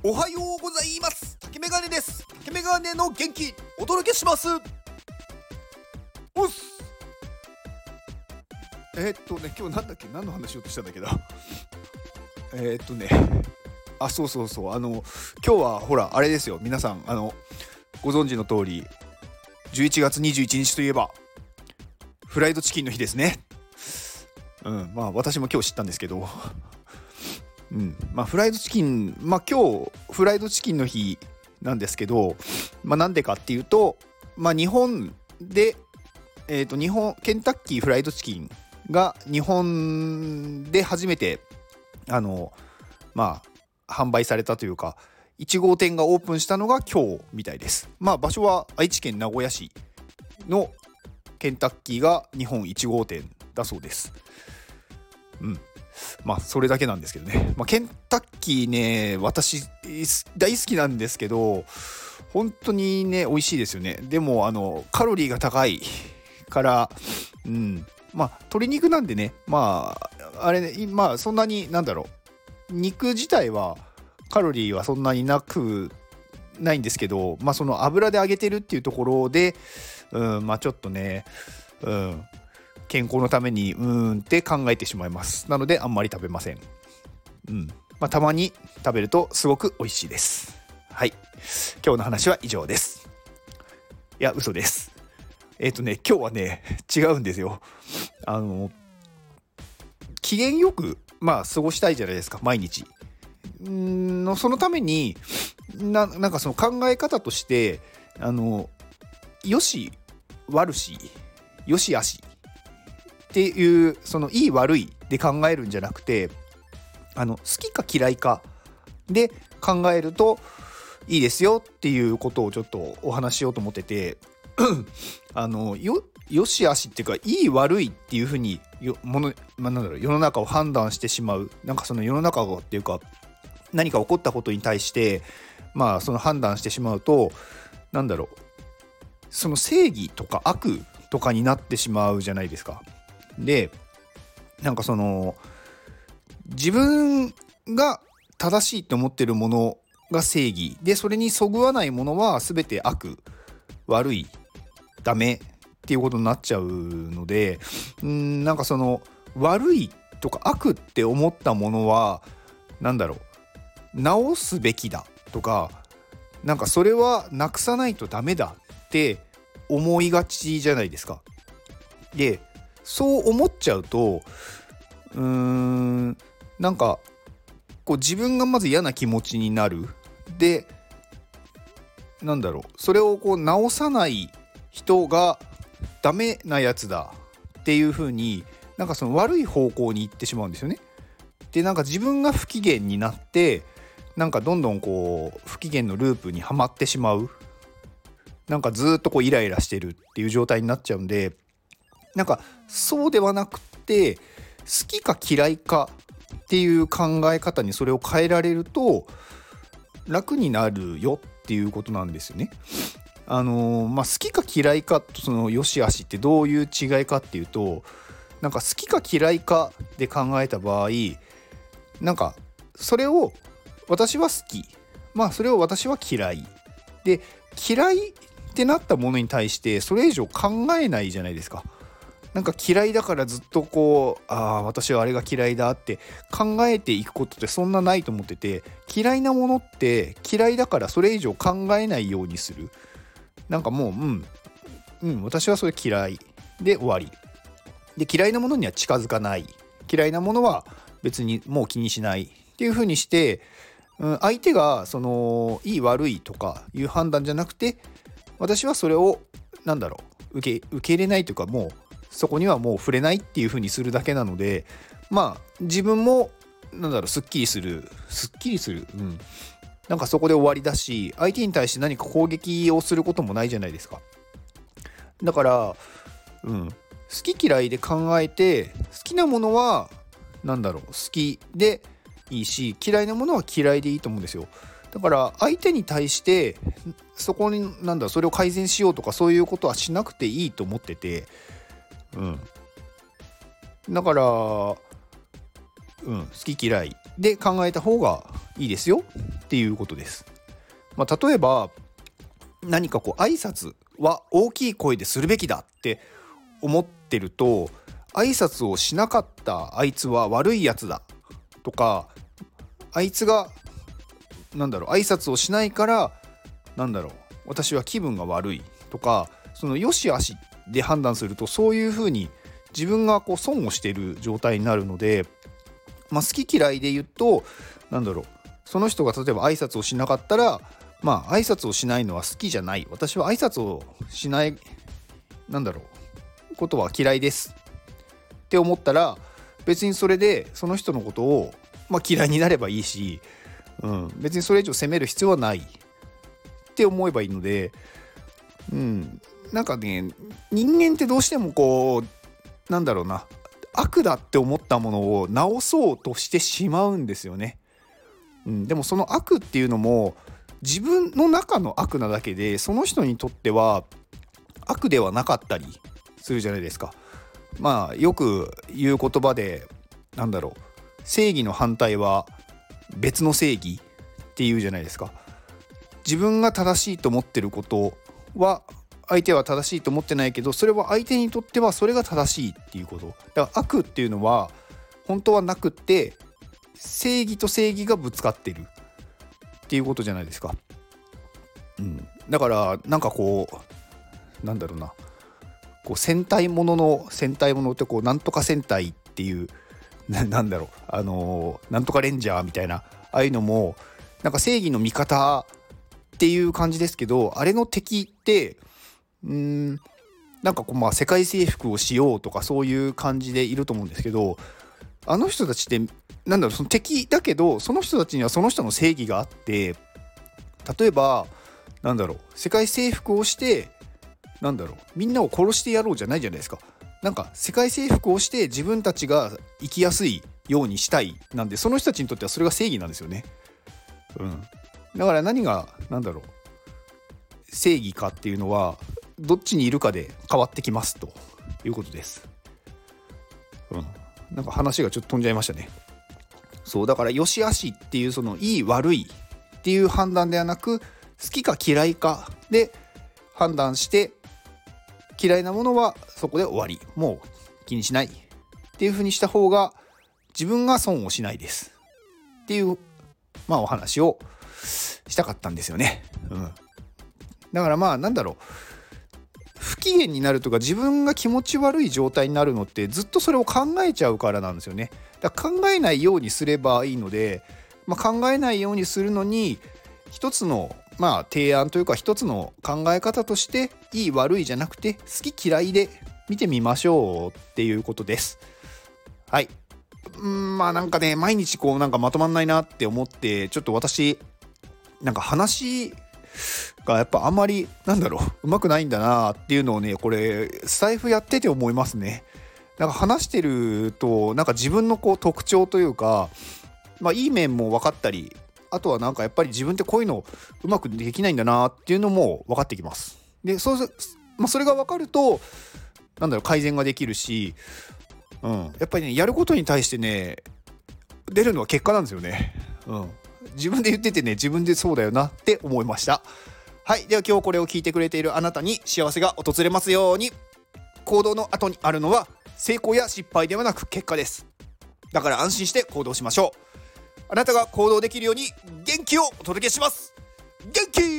おはようございます。竹メガネです。竹メガネの元気お届けします。おっす。今日なんだっけ、何の話しようとしたんだっけどそう今日はほらあれですよ、皆さんご存知の通り11月21日といえばフライドチキンの日ですね。私も今日知ったんですけどフライドチキン、今日フライドチキンの日なんですけど、なんでかっていうと、日本で、ケンタッキーフライドチキンが日本で初めて販売されたというか、1号店がオープンしたのが今日みたいです。場所は愛知県名古屋市のケンタッキーが日本1号店だそうです。それだけなんですけどね。ケンタッキーね、私大好きなんですけど、本当にね美味しいですよね。でもカロリーが高いから鶏肉なんでね、そんなに肉自体はカロリーはそんなにないんですけど、その油で揚げてるっていうところでちょっとね健康のためにって考えてしまいます。なのであんまり食べません。たまに食べるとすごく美味しいです。はい、今日の話は以上です。いや嘘です。今日はね違うんですよ。機嫌よく過ごしたいじゃないですか、毎日そのためになんかその考え方としてよし悪しよし悪しっていう、そのいい悪いで考えるんじゃなくて、好きか嫌いかで考えるといいですよっていうことをちょっとお話ししようと思っててよし悪しっていうか、いい悪いっていうふうに世の中を判断してしまう、その世の中をっていうか何か起こったことに対してその判断してしまうとその正義とか悪とかになってしまうじゃないですか。で自分が正しいと思ってるものが正義で、それにそぐわないものは全て悪、悪い、ダメっていうことになっちゃうので、その悪いとか悪って思ったものは直すべきだとか、それはなくさないとダメだって思いがちじゃないですか。でそう思っちゃうと自分がまず嫌な気持ちになる。でそれを直さない人がダメなやつだっていう風にその悪い方向に行ってしまうんですよね。で自分が不機嫌になってどんどん不機嫌のループにはまってしまう、ずっとイライラしてるっていう状態になっちゃうんで、そうではなくて好きか嫌いかっていう考え方にそれを変えられると楽になるよっていうことなんですよね。好きか嫌いかとその良し悪しってどういう違いかっていうと、好きか嫌いかで考えた場合それを私は好き、それを私は嫌いで、嫌いってなったものに対してそれ以上考えないじゃないですか。嫌いだからずっと私はあれが嫌いだって考えていくことってそんなないと思ってて、嫌いなものって嫌いだからそれ以上考えないようにする。私はそれ嫌いで終わりで、嫌いなものには近づかない、嫌いなものは別にもう気にしないっていう風にして、相手がいい悪いとかいう判断じゃなくて、私はそれを受け入れないというか、もうそこにはもう触れないっていう風にするだけなので、自分もすっきりする、そこで終わりだし、相手に対して何か攻撃をすることもないじゃないですか。だから好き嫌いで考えて、好きなものは好きでいいし、嫌いなものは嫌いでいいと思うんですよ。だから相手に対してそこにそれを改善しようとかそういうことはしなくていいと思ってて、だから好き嫌いで考えた方がいいですよっていうことです。例えば何か挨拶は大きい声でするべきだって思ってると、挨拶をしなかったあいつは悪いやつだとか、あいつが挨拶をしないから私は気分が悪いとか、その良し悪しで判断すると、そういうふうに自分が損をしている状態になるので、好き嫌いで言うとその人が例えば挨拶をしなかったら、挨拶をしないのは好きじゃない、私は挨拶をしないことは嫌いですって思ったら、別にそれでその人のことを、嫌いになればいいし、別にそれ以上責める必要はないって思えばいいので、人間ってどうしても悪だって思ったものを直そうとしてしまうんですよね。でもその悪っていうのも自分の中の悪なだけで、その人にとっては悪ではなかったりするじゃないですか。よく言う言葉で正義の反対は別の正義っていうじゃないですか。自分が正しいと思ってることは相手は正しいと思ってないけど、それは相手にとってはそれが正しいっていうこと。だから悪っていうのは本当はなくって、正義と正義がぶつかってるっていうことじゃないですか。だから戦隊ものの戦隊ものってなんとか戦隊っていうなんとかレンジャーみたいな、ああいうのも正義の味方っていう感じですけど、あれの敵って世界征服をしようとかそういう感じでいると思うんですけど、あの人たちってその敵だけど、その人たちにはその人の正義があって、例えば世界征服をしてみんなを殺してやろうじゃないじゃないですか。世界征服をして自分たちが生きやすいようにしたいなんで、その人たちにとってはそれが正義なんですよね。だから何が正義かっていうのはどっちにいるかで変わってきますということです。話がちょっと飛んじゃいましたね。そうだから良し悪しっていう、そのいい悪いっていう判断ではなく、好きか嫌いかで判断して、嫌いなものはそこで終わり、もう気にしないっていう風にした方が自分が損をしないですっていうお話をしたかったんですよね。だから不機嫌になるとか自分が気持ち悪い状態になるのって、ずっとそれを考えちゃうからなんですよね。だから考えないようにすればいいので、考えないようにするのに一つの提案というか、一つの考え方として、いい悪いじゃなくて好き嫌いで見てみましょうっていうことです。はい。毎日まとまんないなって思って、ちょっと私話がやっぱあんまりうまくないんだなっていうのをね、これスタイフやってて思いますね。話してると自分の特徴というか、いい面も分かったり、あとはやっぱり自分ってこういうのうまくできないんだなっていうのも分かってきます。でそれが分かると改善ができるし、やっぱりね、やることに対してね、出るのは結果なんですよね。自分で言っててね、自分でそうだよなって思いました。はい。では今日これを聞いてくれているあなたに幸せが訪れますように。行動の後にあるのは成功や失敗ではなく結果です。だから安心して行動しましょう。あなたが行動できるように元気をお届けします。元気